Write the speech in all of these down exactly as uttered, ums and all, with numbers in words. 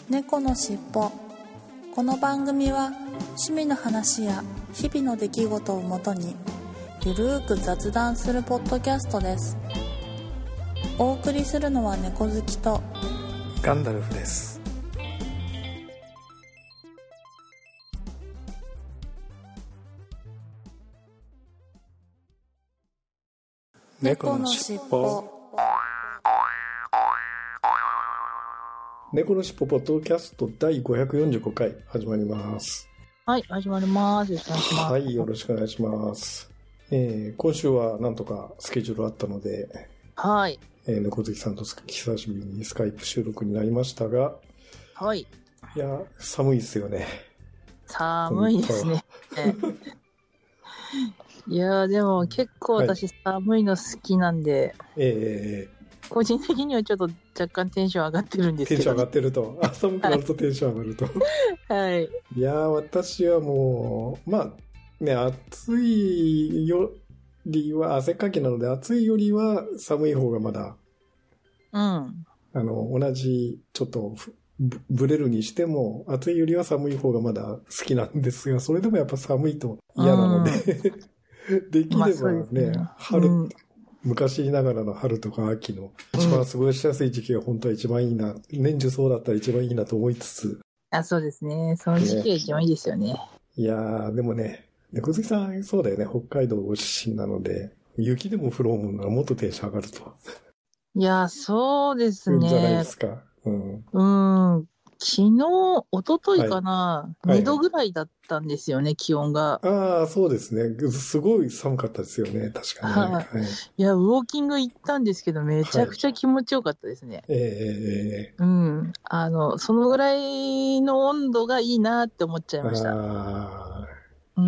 猫のしっぽ。この番組は趣味の話や日々の出来事をもとにゆるーく雑談するポッドキャストです。お送りするのは猫好きとガンダルフです。 猫のしっぽ。 猫のしっぽポッドキャスト第ごひゃくよんじゅうごかい始まります。 はい、始まります。よろしくお願いします。 はい、よろしくお願いします。えー、今週はなんとかスケジュールあったので、 はい。 えー、猫好きさんと久しぶりにスカイプ収録になりましたが、 はい。 いや、寒いですよね。 寒いですね。いや、でも結構私寒いの好きなんで、はい、 えー、 個人的にはちょっと若干テンション上がってるんですけど、ね、 テンション上がってると。あ、寒くなるとテンション上がると。 はい。 いやー、私はもう、まあ、ね、暑いよりは、汗かきなので、暑いよりは寒い方がまだ、 うん。あの、同じ、ちょっとぶ、ぶれるにしても、暑いよりは寒い方がまだ好きなんですが、それでもやっぱ寒いと嫌なので、うん、できればね、まあ、ね春、うん、昔ながらの春とか秋の一番過ごしやすい時期が本当は一番いいな、うん、年中そうだったら一番いいなと思いつつ。 あ、そうですね。その時期が一番いいですよね。ね、 いやー、でもね、猫好きさんそうだよね。北海道ご出身なので、雪でも降ろうもんならもっとテンション上がると。 いや、そうですね。 じゃないですか。うん。 うん。昨日、一昨日かな、はい、にどぐらいだったんですよね、はい、気温が。 ああ、そうですね。すごい寒かったですよね、確かに、ね。はい。 いや、ウォーキング行ったんですけど、めちゃくちゃ気持ちよかったですね。はい、 ええー。 うん。あの、そのぐらいの温度がいいなって思っちゃいました。 ああ。 うん。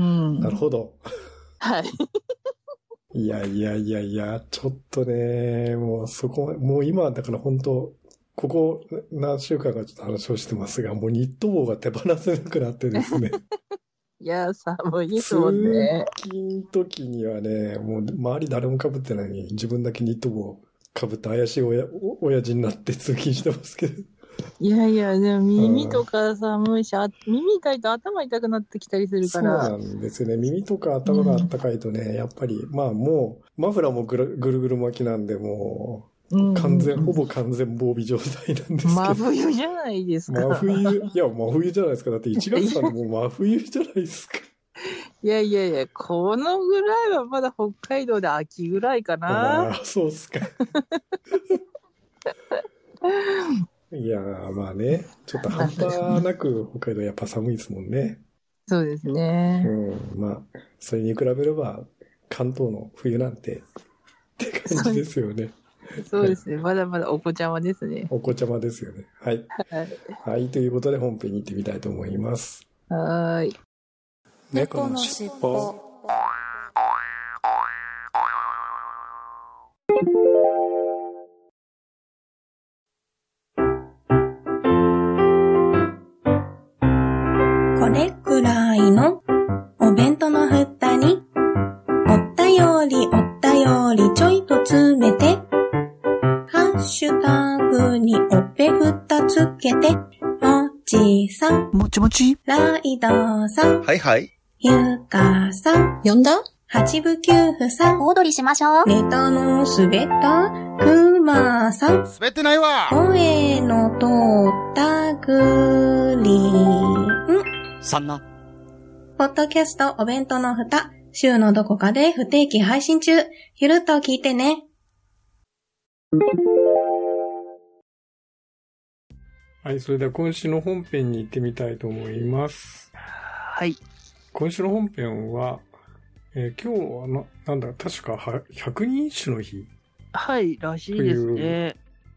なるほど。 はい。 いやいやいやいや、ちょっとね、もうそこ、もう今だから本当、ここ何週間かちょっと話をしてますが、もうニット帽が手放せなくなってですね。 いや、寒いですもんね。 通勤時にはね、もう周り誰も被ってないのに、自分だけニット帽被って怪しい親、親父になって通勤してますけど。 いやいや、でも耳とか寒いし、うん、耳痛いと頭痛くなってきたりするから。 そうなんですよね。耳とか頭があったかいとね、うん、やっぱり、まあもう、マフラーもぐるぐるぐる巻きなんで、もう、完全、うんうん、ほぼ完全防備状態なんですけど。 真冬じゃないですか。 真冬、いや、真冬じゃないですか。だっていちがつなんてもう真冬じゃないですか。いやいやいや、このぐらいはまだ北海道で秋ぐらいかな。 ああ、そうっすか。いやー、まあね、ちょっと半端なく北海道やっぱ寒いですもんね。 そうですね。 うん、まあ、それに比べれば関東の冬なんてって感じですよね。 そうですね、はい。まだまだお子ちゃまですね。 お子ちゃまですよね。はい。はい。はい、ということで本編に行ってみたいと思います。 はーい。 猫のしっぽ。これくらいのお弁当の蓋におったよりおったよりちょいと詰めてハッシュタグにおっぺふたつけてもちさんもちもちライドさんはいはいゆかさん呼んだ八部九夫さんお踊りしましょうネタの滑ったくまさん滑ってないわ声の通ったグリーンさんなポッドキャストお弁当の蓋週のどこかで不定期配信中ゆるっと聞いてね。 はい、それでは今週の本編に行ってみたいと思います。 はい。 今週の本編は、えー、今日はな、なんだ、確かは百人一首の日。 はい、らしいですね。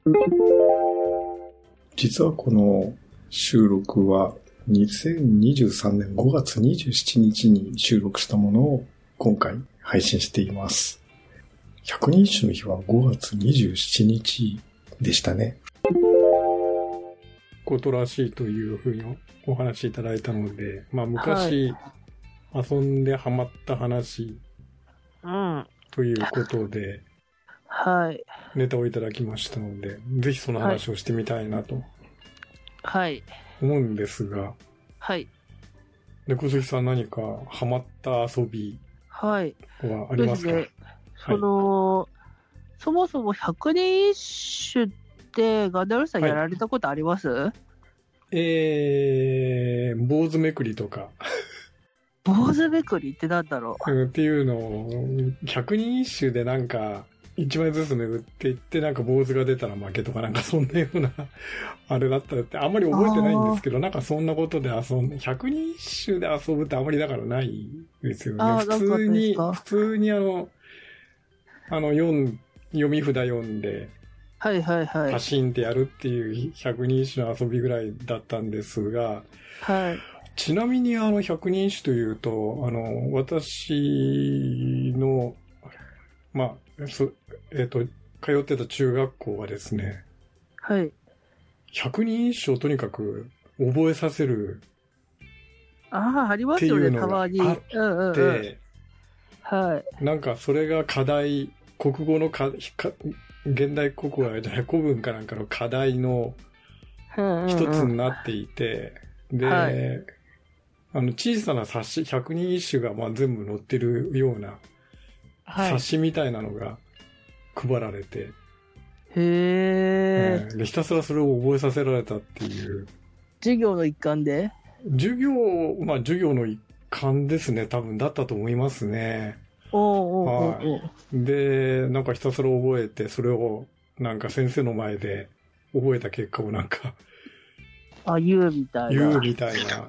実はこの収録はにせんにじゅうさんねんごがつにじゅうしちにちに収録したものを今回配信しています。百人一首の日はごがつにじゅうしちにちでしたね。ことらしいというふうにお話しいただいたので、まあ昔遊んでハマった話ということで、 はい。 ネタをいただきましたので、ぜひその話をしてみたいなとはい。 思うんですが。 はい。 猫好きさん何かハマった遊びはありますか？はい。 その、はい、そもそも百人一首ってガンダルさんやられたことあります？はい、 えー、坊主めくりとか。 坊主めくりってなんだろう、 うん、っていうのを、百人一首でなんか、一枚ずつ巡っていって、なんか坊主が出たら負けとかなんかそんなような、あれだったって、あんまり覚えてないんですけど、なんかそんなことで遊んで、百人一首で遊ぶってあんまりだからないですよね。普通に、普通にあの、あの、読ん、読み札読んで、 はいはいはい。 パシンってやるっていう百人一首の遊びぐらいだったんですが、 はい。 ちなみにあの百人一首というと、あの、私の、まあ、そえっと、通ってた中学校はですね、 はい。 百人一首をとにかく覚えさせるああ、ありますよね、たまに。 あって、うんうんうん、 はい。 なんかそれが課題、国語のか、か現代国語じゃない古文かなんかの課題の一つになっていて、うんうんうん、で、はい、あの小さな冊子、百人一首がまあ全部載ってるような冊子みたいなのが配られて、はい、 へー、 でひたすらそれを覚えさせられたっていう。 授業の一環で？ 授業、まあ授業の一環ですね、多分だったと思いますね。 おうおうおうおう、はい、 で、なんかひたすら覚えて、それをなんか先生の前で覚えた結果をなんかあ、言うみたいな。 言うみたいな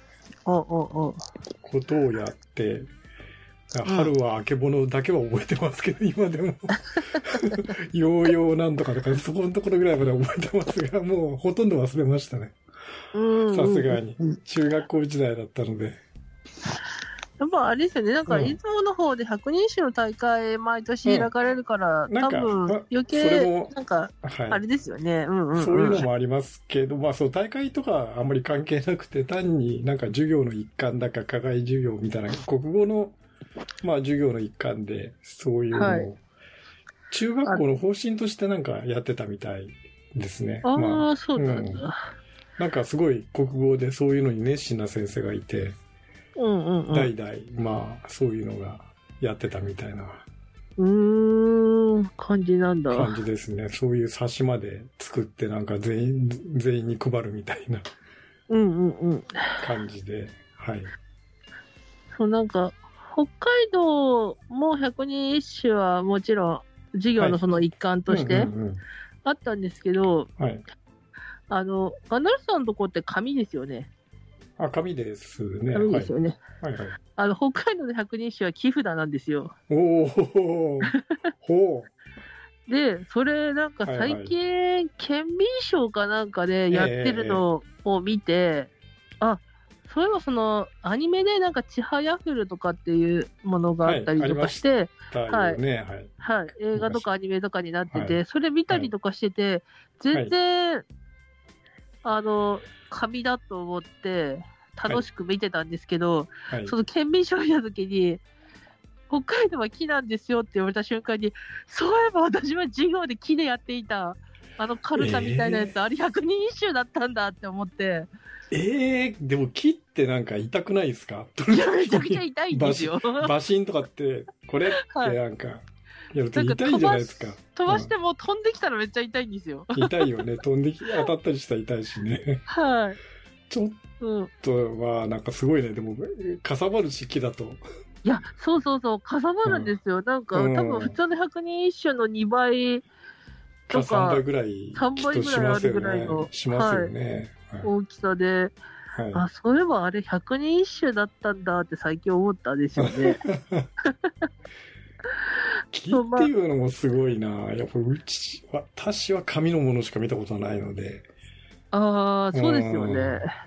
ことをやって、春はあけぼのだけは覚えてますけど、うん、今でも。ヨーヨーなんとかとか、そこのところぐらいまで覚えてますが、もうほとんど忘れましたね。さすがに。中学校時代だったので。 やっぱあれですよね、なんか出雲の方で百人一首の大会毎年開かれるから、うん、多分余計、なんか、あれですよね、うんうんうん。 そういうのもありますけど、まあそう、大会とかあんまり関係なくて、単になんか授業の一環だか、課外授業みたいな、国語の、まあ授業の一環で、そういうのを、はい、中学校の方針としてなんかやってたみたいですね。 あ、 まあ、そうなんだ、うん。 なんかすごい国語でそういうのに熱心な先生がいて、 うんうんうん、 代々、まあ、そういうのがやってたみたいな。 うーん、感じなんだ。 感じですね。そういう冊子まで作って、なんか全員、全員に配るみたいな。 うんうんうん。 感じで、はい。 そう、なんか、北海道も百人一首はもちろん、授業のその一環としてあったんですけど、 はい。 あの、ガンダルさんのとこって紙ですよね。 あ、紙ですね。 紙ですよね。 はい、はい、はい。 あの、北海道の百人一首は木札なんですよ。 おおほう。で、それなんか最近、はいはい、県民賞かなんかでやってるのを見て、えー、あ、そういえばその、アニメでなんかちはやふるとかっていうものがあったりとかして、 はい、ね、はい。 はい。映画とかアニメとかになってて、はい、それ見たりとかしてて、全然、はい、あの、紙だと思って楽しく見てたんですけど、はい、その県民賞見たときに、北海道は木なんですよって言われた瞬間に、そういえば私は授業で木でやっていた、あのカルタみたいなやつ、えー、あれ百人一首だったんだって思って。 ええー、でも木ってなんか痛くないですか？ いや、めちゃくちゃ痛いんですよ。 馬芯とかって、これってなんか、やると痛いじゃないですか。 飛ばしても飛んできたらめっちゃ痛いんですよ。 うん、痛いよね。飛んでき、当たったりしたら痛いしね。 はい。 ちょっとは、なんかすごいね。でも、かさばるし、木だと。 いや、そうそうそう、かさばるんですよ。うん、なんか、多分普通の百人一首のにばいとか、 さんばいぐらい、 さんばいぐらいあるぐらいの、 しますよね。 はい、大きさで、はい、あ、そういえばあれ百人一首だったんだって最近思ったんですよね。 木っていうのもすごいな。やっぱうち、私は紙のものしか見たことないので。 ああ、そうですよね。うん、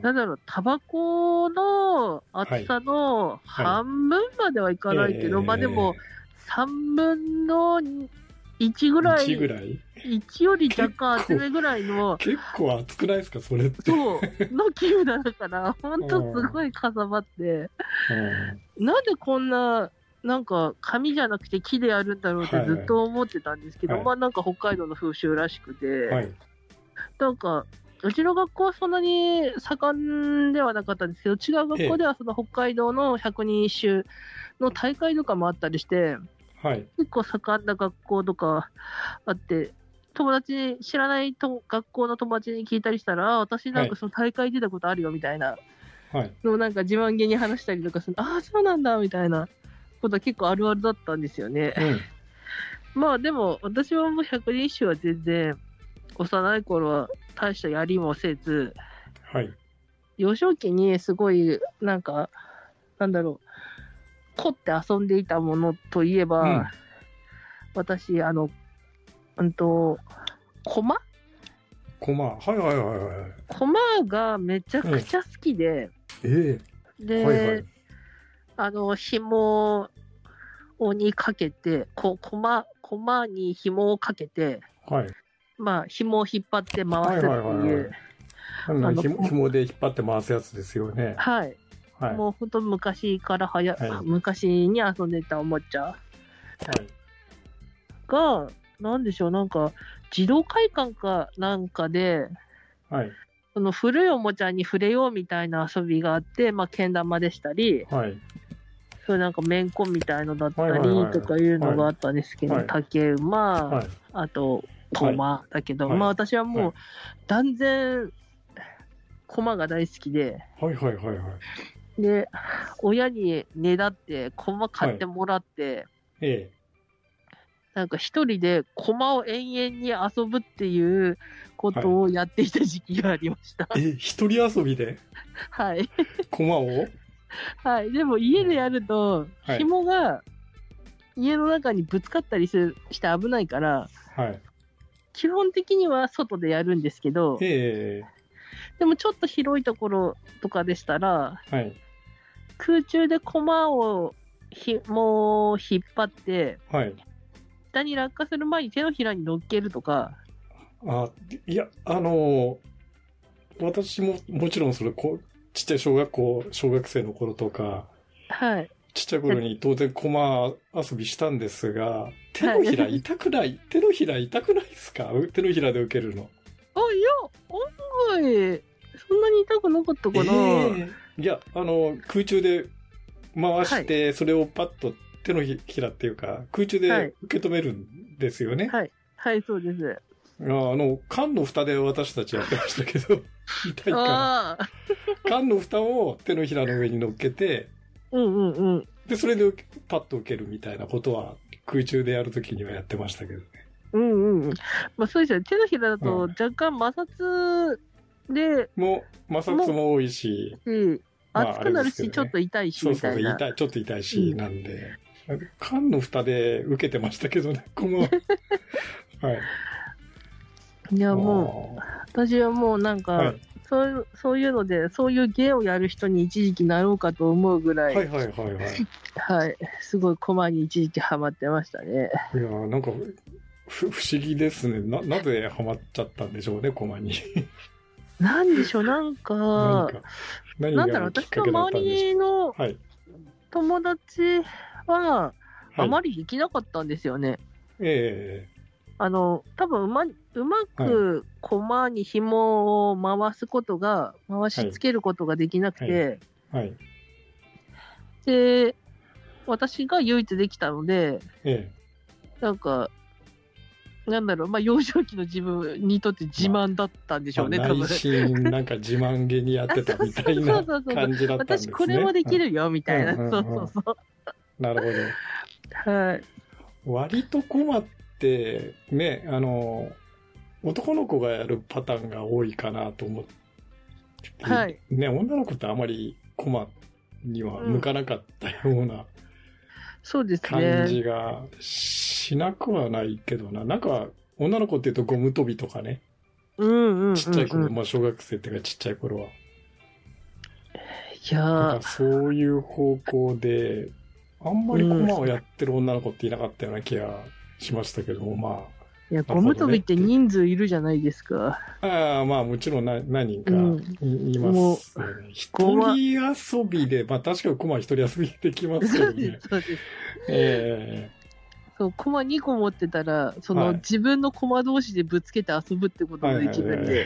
なんだろう、タバコの厚さの半分まではいかないけど、はいはい、まあでも、さんぶんのいちぐらい、 いちぐらい ? いち より若干厚めぐらいの、 結構厚くないですか、それって。 そう、の木札だから、ほんとすごいかさばって、なんでこんな、なんか紙じゃなくて木でやるんだろうってずっと思ってたんですけど、はいはい、まあなんか北海道の風習らしくて、はい、なんかうちの学校はそんなに盛んではなかったんですけど、違う学校ではその北海道の百人一首の大会とかもあったりして、 はい、 結構盛んな学校とかあって、友達、知らないと学校の友達に聞いたりしたら、私なんかその大会出たことあるよみたいなのをなんか自慢げに話したりとかする、ああ、そうなんだみたいなことは結構あるあるだったんですよね。うん、まあでも、私はもう百人一首は全然、幼い頃は大したやりもせず、 はい、 幼少期にすごい、なんか、なんだろう、凝って遊んでいたものといえば、うん、私、あの、うんと、駒駒、はいはいはいはい。 駒がめちゃくちゃ好きで、 ええで、はいはい、あの、紐をにかけて、こ駒、駒に紐をかけて、 はい、 まあ、紐を引っ張って回すっていう。はいはいはいはい、紐, 紐で引っ張って回すやつですよね。 はい。はい、もうほんと昔からはや、はい、昔に遊んでたおもちゃ、はい、が、なんでしょう、なんか、児童会館かなんかで、 はい、 その古いおもちゃに触れようみたいな遊びがあって、まあ、けん玉でしたり、 はい、 そうなんかめんこみたいのだったりとかいうのがあったんですけど、はい、竹馬、はい、あと、駒だけど、はい、まあ私はもう、はい、断然、駒が大好きで、 はいはいはいはい。 で、親にねだって、駒買ってもらって、はい、 ええ、 なんか一人で駒を延々に遊ぶっていうことをやっていた時期がありました。 はい、え、一人遊びではい。 駒をはい。でも家でやると、紐が家の中にぶつかったりするして危ないから、 はい、 基本的には外でやるんですけど、 ええ、 でもちょっと広いところとかでしたら、 はい、 空中で駒をひもう引っ張って、 はい、 下に落下する前に手のひらに乗っけるとか。 あ、いや、あのー、私ももちろんそれこちっちゃい小学校、小学生の頃とか、 はい。 ちっちゃい頃に当然駒遊びしたんですが、手のひら痛くない、はい、手のひら痛くないですか？手のひらで受けるの。 あ、いや、案外、そんなに痛くなかったかな、えー、いや、あの、空中で回して、はい、それをパッと手のひらっていうか、空中で受け止めるんですよね。 はい。はい、はい、そうです。 あの、缶の蓋で私たちやってましたけど、痛いから。缶の蓋を手のひらの上に乗っけて、 うんうんうん。 で、それでパッと受けるみたいなことは空中でやるときにはやってましたけどね。 うんうん。まあそうですよね。手のひらだと若干摩擦で、 うん、もう摩擦も多いし、 うん、熱くなるし、ね、ちょっと痛いしみたいな。 そうそう、痛い、ちょっと痛いし、なんで、うん、缶の蓋で受けてましたけどね、この、はい。 いやもう、私はもうなんか、はい、そういう、そういうので、そういう芸をやる人に一時期なろうかと思うぐらい、 はいはいはいはい。 はい。すごい駒に一時期ハマってましたね。 いやなんかふ、不思議ですね。な、なぜハマっちゃったんでしょうね、駒に。 なんでしょう、なんか、 何か何なんだろう、私の周りの友達は、あまりできなかったんですよね。はい、 ええーあの、多分うま、うまく駒に紐を回すことが、回しつけることができなくて、 はいはいはい、 で、私が唯一できたので、 ええ、 なんか、なんだろう、まあ、幼少期の自分にとって自慢だったんでしょうね、 まあ、 多分。 内心、なんか自慢げにやってたみたいな感じだったんですね。 私これもできるよ、みたいな。そうそうそう。 なるほど。はい。 割と駒って、で、ね、あの、男の子がやるパターンが多いかなと思って、 はい。 ね、女の子ってあまり駒には向かなかったような、 そうですね。 感じがしなくはないけどな。なんか、女の子って言うとゴム跳びとかね。 うんうんうんうん、 ちっちゃい頃、まあ小学生っていうかちっちゃい頃は。 いやー。 そういう方向で、あんまり駒をやってる女の子っていなかったような気がしましたけども、まあ。 いや、ゴム跳びって人数いるじゃないですか。 ああ、まあもちろんな何人かいますよね。一、うん、人遊びで、まあ確かに駒一人遊びできますけどね。 そうです、そうです。 ええそう、コマにこ持ってたら、その、 はい自分のコマ同士でぶつけて遊ぶってことができるんで。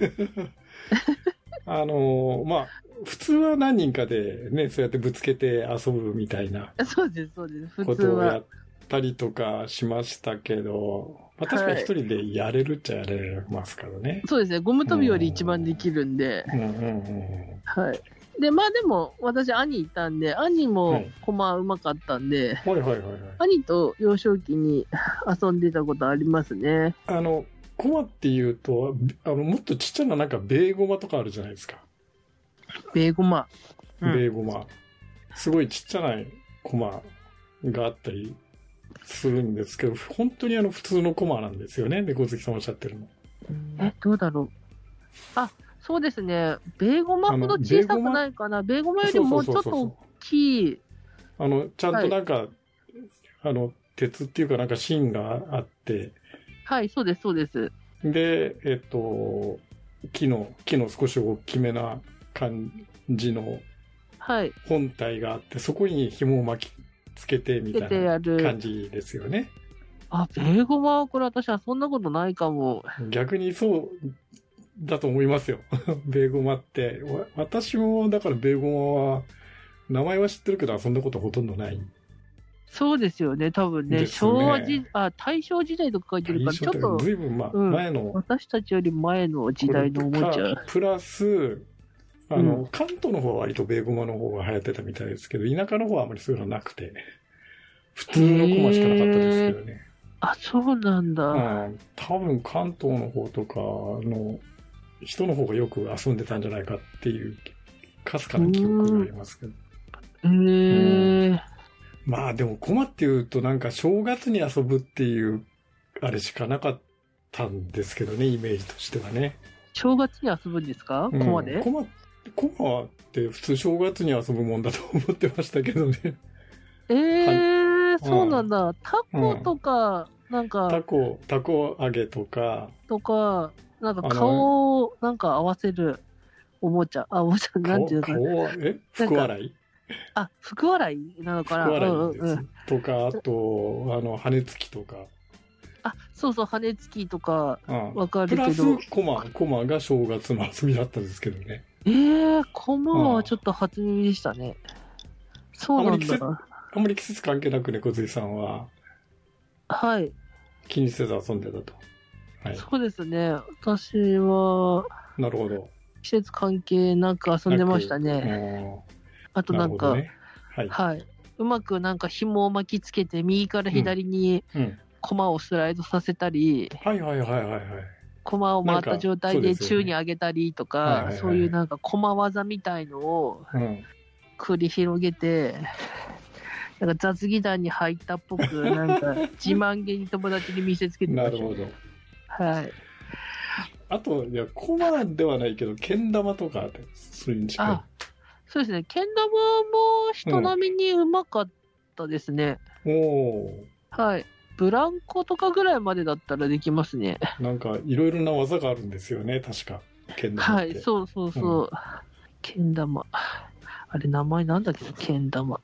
あのーまあ、普通は何人かでね、そうやってぶつけて遊ぶみたいなそうです、そうです。普通ことをやはっ。たりとかしましたけど、まあ、確かに一人でやれるっちゃやれますからね。 そうですね。ゴム跳びより一番できるんで。 うんうんうん。 はい。で、まあでも、私、兄いたんで、兄もコマうまかったんで、 はいはいはいはい。 兄と幼少期に遊んでたことありますね。 あの、コマっていうと、あの、もっとちっちゃななんかベーゴマとかあるじゃないですか。 ベーゴマ。うんベーゴマ。すごいちっちゃなコマがあったりするんですけど、本当にあの普通のコマなんですよね。猫好きさんおっしゃってるの。 え、どうだろう。あ、そうですね。ベーゴマほど小さくないかな。ベーゴマよりもちょっと大きい。 あの、ちゃんとなんか、はい、あの、鉄っていうかなんか芯があって。 はい、そうです、そうです。 で、えっと、木の、木の少し大きめな感じの本体があって、はい、そこに紐を巻きつけてみたいな感じですよね。 あ、ベーゴマはこれ私はそんなことないかも。 逆にそうだと思いますよ。ベーゴマって。私もだからベーゴマは、名前は知ってるけど遊んだことほとんどない。 そうですよね、多分ね。ね昭和時、あ、大正時代とか書いてるから、ちょっと。 ずいぶん、ま、前の、うん。 私たちより前の時代のおもちゃ。 プラス、あの、うん、関東の方は割とベーゴマの方が流行ってたみたいですけど、田舎の方はあまりそういうのなくて、普通のコマしかなかったですけどね。 あ、そうなんだ。 うん。多分関東の方とかの人の方がよく遊んでたんじゃないかっていう、かすかな記憶がありますけど。 へー。うん、 まあでもコマっていうとなんか正月に遊ぶっていう、あれしかなかったんですけどね、イメージとしてはね。 正月に遊ぶんですか、コマで？ コマ、コマって普通正月に遊ぶもんだと思ってましたけどね。 えー、そうなんだ。タコとか、うん、なんか。 タコ、タコ揚げとか。 とか、なんか顔をなんか合わせるおもちゃ。あ、おもちゃ、なんていうのかな。 顔、え福洗い？ あ、福洗いなのかな。 福洗いです。うんうん、とか、あと、あの、羽根つきとか。 あ、そうそう、羽根つきとか、わかるけど。プラス、コマ、コマが正月の遊びだったんですけどね。 えー、コマはちょっと初耳でしたね。そうなんだ。 あんまり季節関係なくね、小杉さんは。 はい。 気にせず遊んでたと。 はい、そうですね。私は、 なるほど。 季節関係なく遊んでましたね。あとなんか、ね、はい、はい。うまくなんか紐を巻きつけて、右から左に駒をスライドさせたり、 うんうん、はいはいはいはいはい。 駒を回った状態で宙に上げたりとか、そういうなんか駒技みたいのを繰り広げて、なんか雑技団に入ったっぽく、なんか自慢げに友達に見せつけてました。 なるほど。 はい。 あと、いや、コマではないけど、けん玉とか、そういうに近い。あ、 そうですね。けん玉も人並みにうまかったですね。 うん、おー。 はい。ブランコとかぐらいまでだったらできますね。 なんか、いろいろな技があるんですよね、確か。けん玉って。 はい、そうそうそう。うん、けん玉。あれ、名前なんだっけな、けん玉。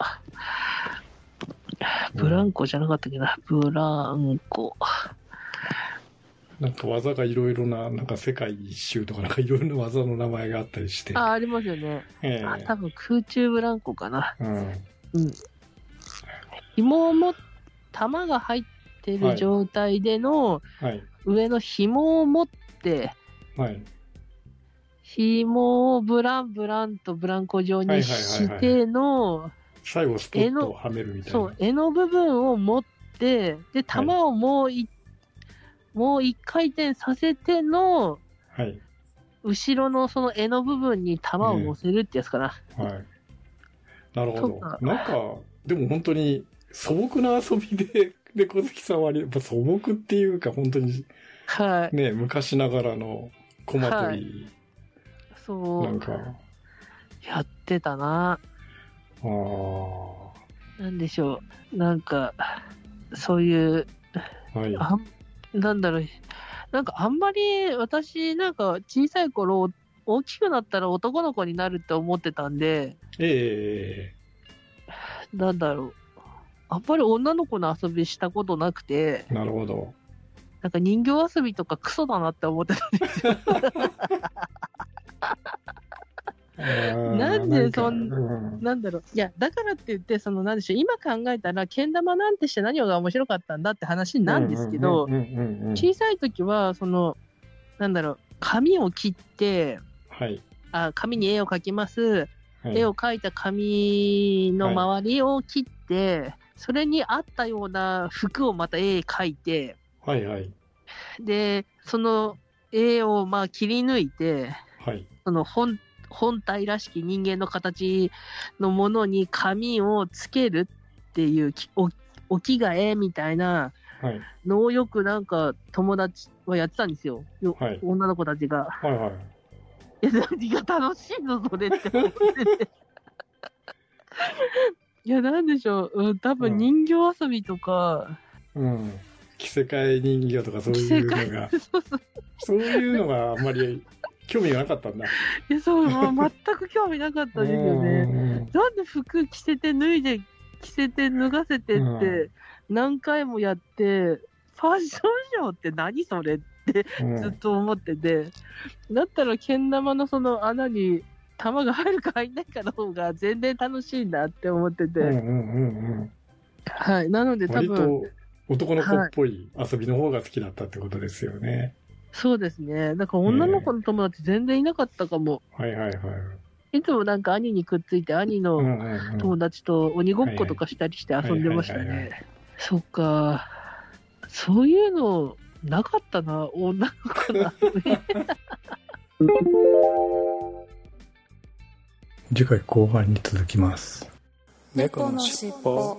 ブランコじゃなかったっけな、ブランコ。 なんか技がいろいろな、なんか世界一周とかなんかいろいろな技の名前があったりして。 あ、ありますよね。えー、あ、多分空中ブランコかな。うん。うん。紐も、玉が入ってる状態での、はい、上の紐を持って、はい。紐をブランブランとブランコ状にしての、 最後スポットをはめるみたいな。 そう、柄の部分を持って、で、玉をもう一、はい、もう一回転させての、はい。後ろのその柄の部分に玉を乗せるってやつかな。 うん、はい。なるほど。なんか、でも本当に素朴な遊びで、で、小月さんはやっぱ素朴っていうか本当に、はい。ね、昔ながらのコマ取り、はい。 そう。 なんか。 やってたな。 ああ。 なんでしょう。なんか、そういう、はい、あなんだろう。なんかあんまり私、なんか小さい頃、大きくなったら男の子になるって思ってたんで、 ええー、 なんだろう。 あんまり女の子の遊びしたことなくて。 なるほど。 なんか人形遊びとかクソだなって思ってたんですよ。なんでそんな、うん、なんだろう。いや、だからって言って、その、なんでしょう、今考えたら、けん玉なんてして何が面白かったんだって話なんですけど、小さい時は、その、なんだろう、紙を切って、 はい、 あ紙に絵を描きます。はい、絵を描いた紙の周りを切って、はい、それに合ったような服をまた絵描いて、 はいはい。 で、その絵をまあ切り抜いて、 はい、 その本、本体らしき人間の形のものに紙をつけるっていうお、お着替えみたいなのをよくなんか友達はやってたんですよ。よはい、女の子たちが。 はいはい。 え、何が楽しいのそれって思ってて。いや、なんでしょう。うん、多分人形遊びとか、 うん。うん着せ替え人形とかそういうのがそうそうそういうのがあんまり興味がなかったんだ。 いやそうもう全く興味なかったんですよね。なんで服着せて脱いで着せて脱がせてって何回もやって、ファッションショーって何それってずっと思ってて、うん、だったらけん玉のその穴に玉が入るか入んないかの方が全然楽しいんだって思ってて、うんうんうんうん、はいなので多分男の子っぽい遊びの方が好きだったってことですよね。はい、 そうですね。なんか女の子の友達全然いなかったかも。 えー、はいはいはい。 いつもなんか兄にくっついて兄の友達と鬼ごっことかしたりして遊んでましたね。そっか。そういうのなかったな、女の子の遊び。 次回後半に続きます。 猫のしっぽ。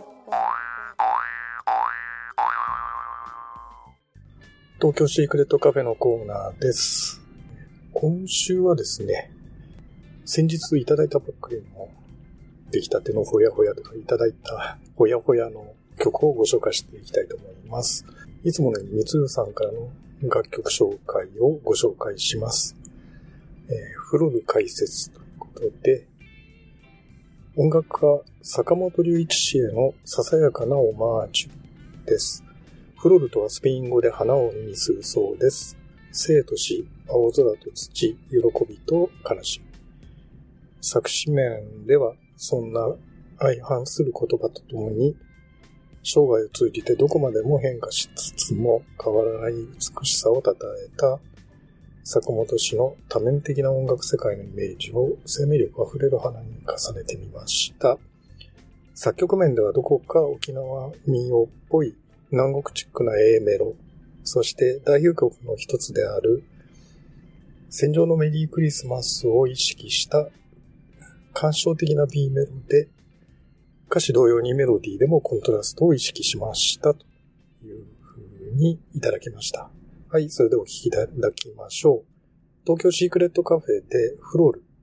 東京シークレットカフェのコーナーです。今週はですね、先日いただいたばっかりの出来たてのほやほやとかいただいたほやほやの曲をご紹介していきたいと思います。いつものようにみつるさんからの楽曲紹介をご紹介します。えー、フロル解説ということで、音楽家坂本龍一氏へのささやかなオマージュです。フロルとはスペイン語で花を意味するそうです。生と死、青空と土、喜びと悲しみ。作詞面ではそんな相反する言葉とともに、生涯を通じてどこまでも変化しつつも変わらない美しさを称えた坂本氏の多面的な音楽世界のイメージを生命力あふれる花に重ねてみました。作曲面ではどこか沖縄民謡っぽい南国チックな A メロ、そして代表曲の一つである戦場のメリークリスマスを意識した感傷的な B メロで、歌詞同様にメロディーでもコントラストを意識しましたという風にいただきました。はい、それでお聴きいただきましょう。東京シークレットカフェでフロール。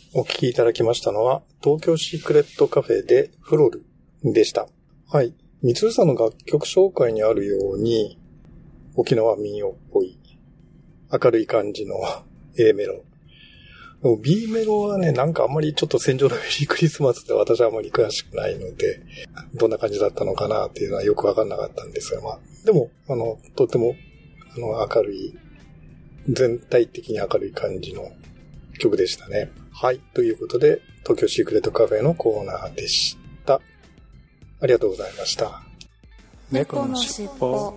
お聞きいただきましたのは、東京シークレットカフェでフロルでした。はい。みつるさんの楽曲紹介にあるように、沖縄民謡っぽい、明るい感じの A メロ。B メロはね、なんかあんまりちょっと戦場のメリークリスマスって私はあんまり詳しくないので、どんな感じだったのかなっていうのはよくわかんなかったんですが、まあ、でも、あの、とても、あの、明るい、全体的に明るい感じの曲でしたね。はい。ということで、東京シークレットカフェのコーナーでした。ありがとうございました。 猫のしっぽ。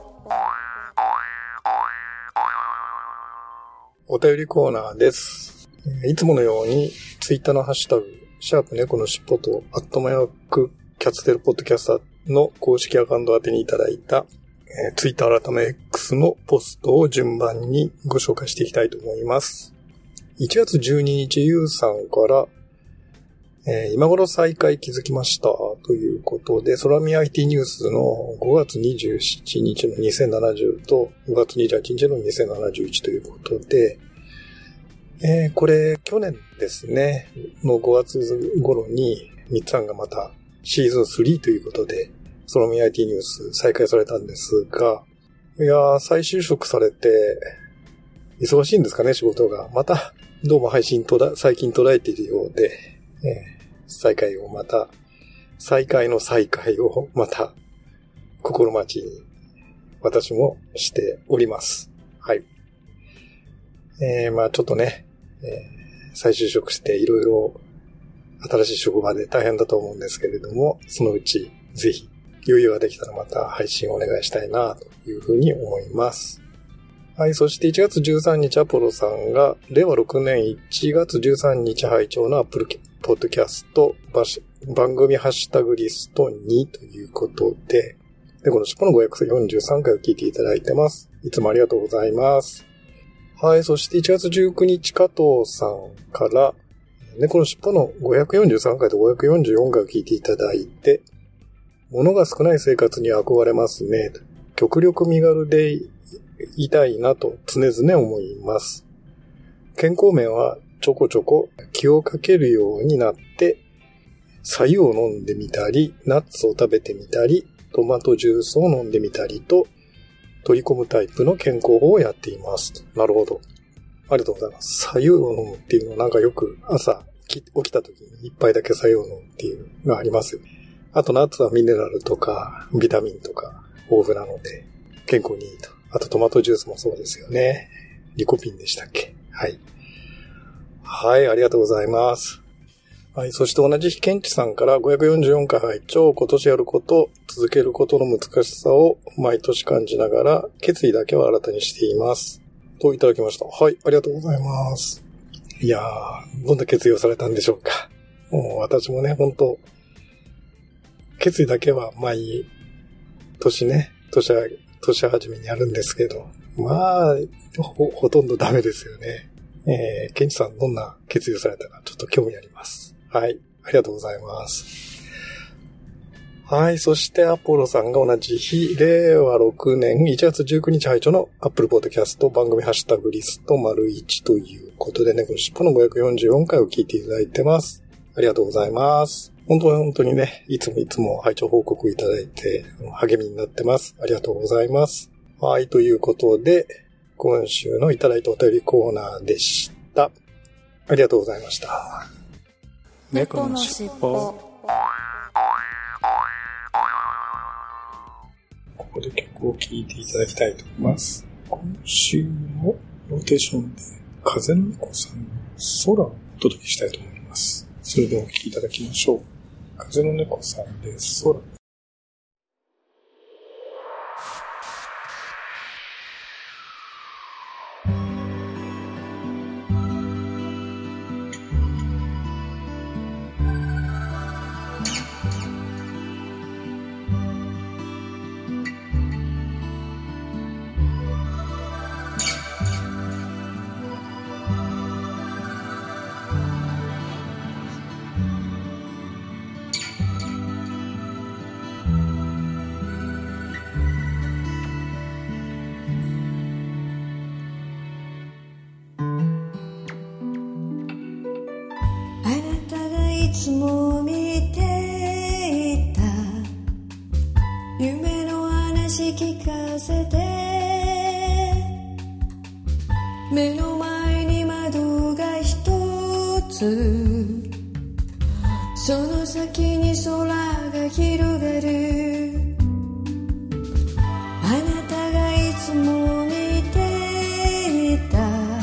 お便りコーナーです。いつものように、ツイッターのハッシュタグ、シャープ猫のしっぽと、アットマーク、キャツテルポッドキャスターの公式アカウント宛てにいただいた、えー、ツイッター改め X のポストを順番にご紹介していきたいと思います。いちがつじゅうににち、ゆうさんから、えー、今頃再開気づきましたということで、空見 アイティー ニュースのごがつにじゅうしちにちのにせんななじゅうとごがつにじゅうはちにちのにせんななじゅういちということで、えー、これ去年ですね、のごがつ頃にみっつさんがまたシーズンスリーということで、空見 アイティー ニュース再開されたんですが、いやー、再就職されて、忙しいんですかね、仕事が。また、どうも配信とだ、最近途絶えているようで、えー、再開をまた、再開の再開をまた、心待ちに、私もしております。はい。えー、まあちょっとね、えー、再就職していろいろ新しい職場で大変だと思うんですけれども、そのうちぜひ余裕ができたらまた配信をお願いしたいなというふうに思います。はい、そしていちがつじゅうさんにちアポロさんがれいわろくねんいちがつじゅうさんにち拝聴のアップルポッドキャスト番組ハッシュタグリストにということで、でこのしっぽのごひゃくよんじゅうさんかいを聞いていただいてます。いつもありがとうございます。はい、そしていちがつじゅうくにち加藤さんから、猫のしっぽのごひゃくよんじゅうさんかいとごひゃくよんじゅうよんかいを聞いていただいて、物が少ない生活に憧れますね。極力身軽でいたいなと常々思います。健康面はちょこちょこ気をかけるようになって、白湯を飲んでみたり、ナッツを食べてみたり、トマトジュースを飲んでみたりと、取り込むタイプの健康法をやっています。なるほど。ありがとうございます。白湯を飲むっていうのはなんかよく朝起きた時に一杯だけ白湯を飲むっていうのがありますよね。あとナッツはミネラルとかビタミンとか豊富なので健康にいいと。あとトマトジュースもそうですよね。リコピンでしたっけ？はい。はい、ありがとうございます。はい、そして同じ日ケンチさんからごひゃくよんじゅうよんかい拝聴、今年やること、続けることの難しさを毎年感じながら、決意だけは新たにしています。といただきました。はい、ありがとうございます。いやー、どんな決意をされたんでしょうか。もう私もね、本当決意だけは毎年ね、年は、年始めにやるんですけど、まあ、ほ、ほとんどダメですよね。えー、ケンチさんどんな決意をされたかちょっと興味あります。はい。ありがとうございます。はい。そしてアポロさんが同じ日、れいわろくねんいちがつじゅうくにち拝聴のアップルポッドキャスト番組ハッシュタグリスト丸いちということでね、このしっぽのごひゃくよんじゅうよんかいを聞いていただいてます。ありがとうございます。本当に本当にね、いつもいつも拝聴報告いただいて励みになってます。ありがとうございます。はい。ということで、今週のいただいたお便りコーナーでした。ありがとうございました。 猫のしっぽ。 ここで曲を聴いていただきたいと思います。今週のローテーションで風の猫さんの空をお届けしたいと思います。それではお聴きいただきましょう。風の猫さんで空。 つも見ていた夢の話聞かせて目の前に窓が一つその先に空が広がるあなたがいつも見ていた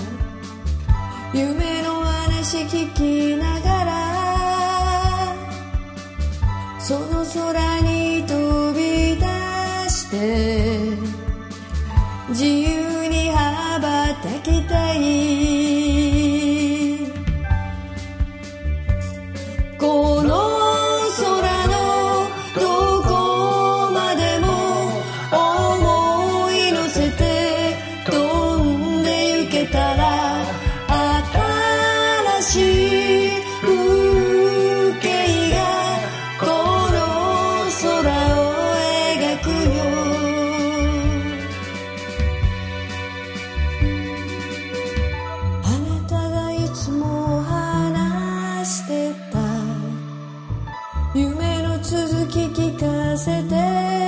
夢の話聞きながらその空に飛び出して自由に羽ばたきたいこの空のどこまでも思い乗せて飛んで行けたら新しい風景がこの空を描くよあなたがいつも話してた夢の続き聞かせて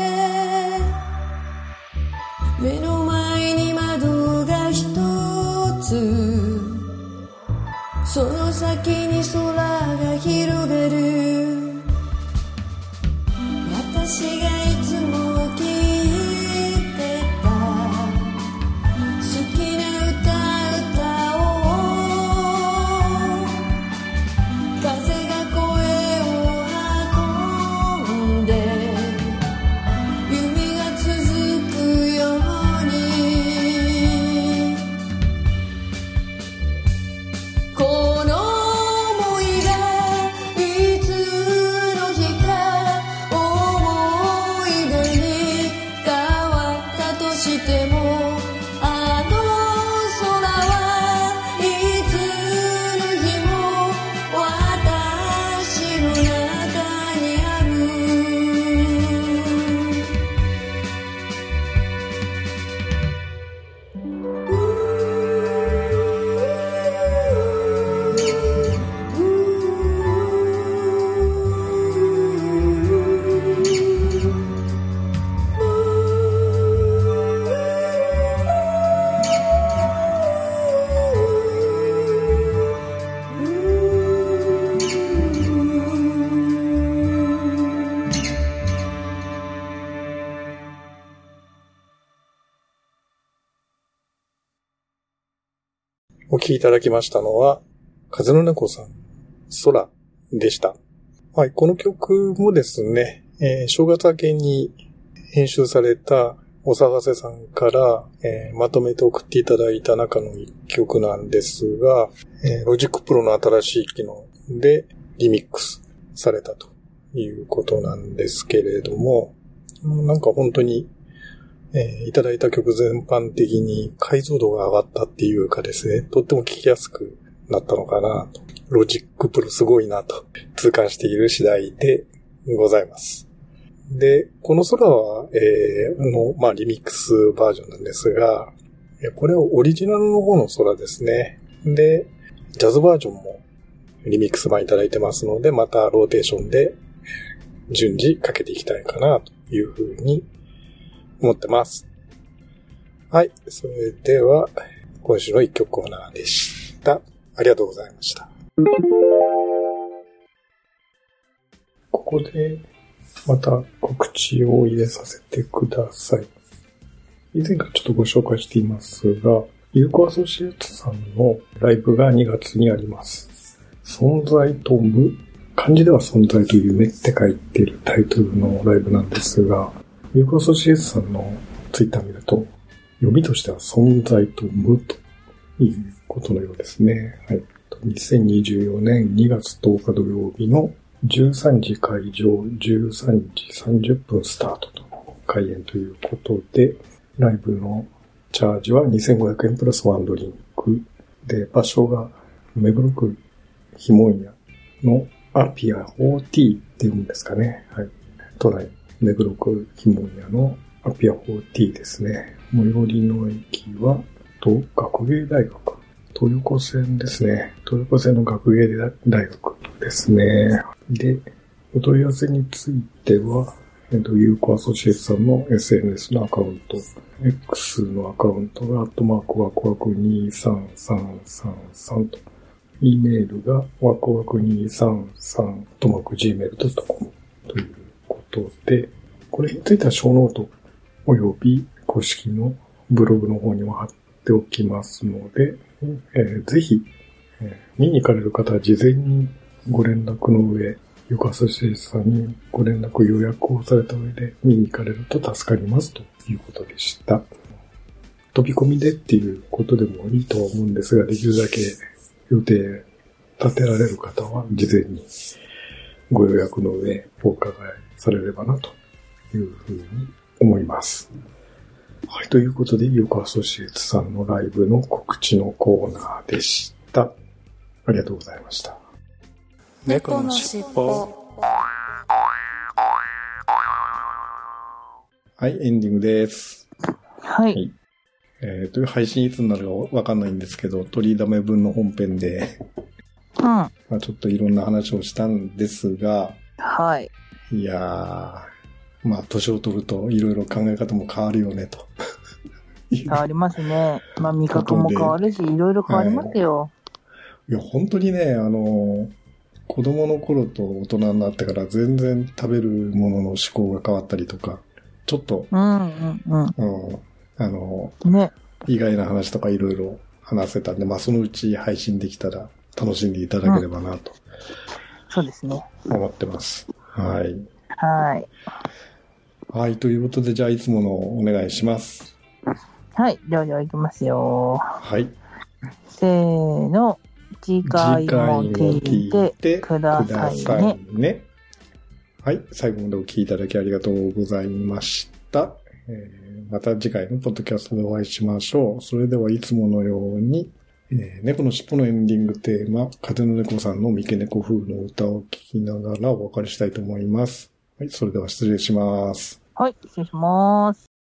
目の前に窓が一つその先に空が広がる私がいつも聞いてた好きな歌歌おう風が声を運んで夢が続くようにこの想いがいつの日か思い出に変わったとしてもあの空はいつの日も私の中にあお聴きいただきましたのは、風の猫さん、空でした。はい、この曲もですね、えー、正月明けに編集されたおさがせさんから、えー、まとめて送っていただいた中の一曲なんですが、えー、ロジックプロの新しい機能でリミックスされたということなんですけれども、なんか本当にえー、いただいた曲全般的に解像度が上がったっていうかですね、とっても聴きやすくなったのかなと。ロジックプロすごいなと痛感している次第でございます。で、この空は、えー、の、まあ、リミックスバージョンなんですが、これはオリジナルの方の空ですね。で、ジャズバージョンもリミックス版いただいてますので、またローテーションで順次かけていきたいかなというふうに思ってます。はい。それでは、今週の一曲コーナーでした。ありがとうございました。ここで、また告知を入れさせてください。以前からちょっとご紹介していますが、ユーコアソシエイトさんのライブがにがつにあります。存在と無、漢字では存在と夢って書いているタイトルのライブなんですが、ユーコアソシエイトさんのツイッター見ると、読みとしては存在と無ということのようですね。はい。にせんにじゅうよねんにがつとおか土曜日のじゅうさんじ会場、じゅうさんじさんじゅっぷんスタートと開演ということで、ライブのチャージはにせんごひゃくえんプラスワンドリンクで、場所が目黒区ひもんやのアピア フォーティー っていうんですかね。はい。都内目黒区ひもんやのアピア フォーティー ですね。最寄りの駅はと学芸大学。東横線ですね。東横線の学芸大学ですね。で、お問い合わせについては、えっと、ゆうこアソシエイツさんの エスエヌエス のアカウント、X のアカウントが、アットマークワクワクにーさんさんさんさんと、E メールがワクワクにーさんさん、アットマーク ジーメールドットコム ということで、これについてはショーノートおよび公式のブログの方にも貼っておきますので、えー、ぜひ、えー、見に行かれる方は事前にご連絡の上、ゆうこアソシエイツさんにご連絡予約をされた上で見に行かれると助かりますということでした。飛び込みでっていうことでもいいとは思うんですが、できるだけ予定立てられる方は事前にご予約の上お伺いされればなというふうに思います。はい、ということで、ゆうこアソシエイツさんのライブの告知のコーナーでした。ありがとうございました。猫のしっぽ。はい、エンディングです。 はい。 はいえー、という配信いつになるかわかんないんですけど、取りだめ分の本編で、 うん。まあちょっといろんな話をしたんですが、 はい。 いやー、まあ年を取るといろいろ考え方も変わるよねと。 変わりますね。まあ味覚も変わるし、いろいろ変わりますよ。 はい、いや、本当にね、あの、子供の頃と大人になってから全然食べるものの思考が変わったりとか、ちょっと、 うんうんうん。 うん、あの、 ね。 意外な話とかいろいろ話せたんで、まあそのうち配信できたら楽しんでいただければなと、うん。 そうですね。 思ってます。はい。 はい。 はい、ということで、じゃあいつものお願いします。 はい、ではでは行きますよ。 はい。 せーの。次回も聞いてくださいね。ねはい。最後までお聞きいただきありがとうございました。えー、また次回のポッドキャストでお会いしましょう。それではいつものように、えー、猫のしっぽのエンディングテーマ、風の猫さんの三毛猫風の歌を聴きながらお別れしたいと思います。はい。それでは失礼します。 はい。失礼します。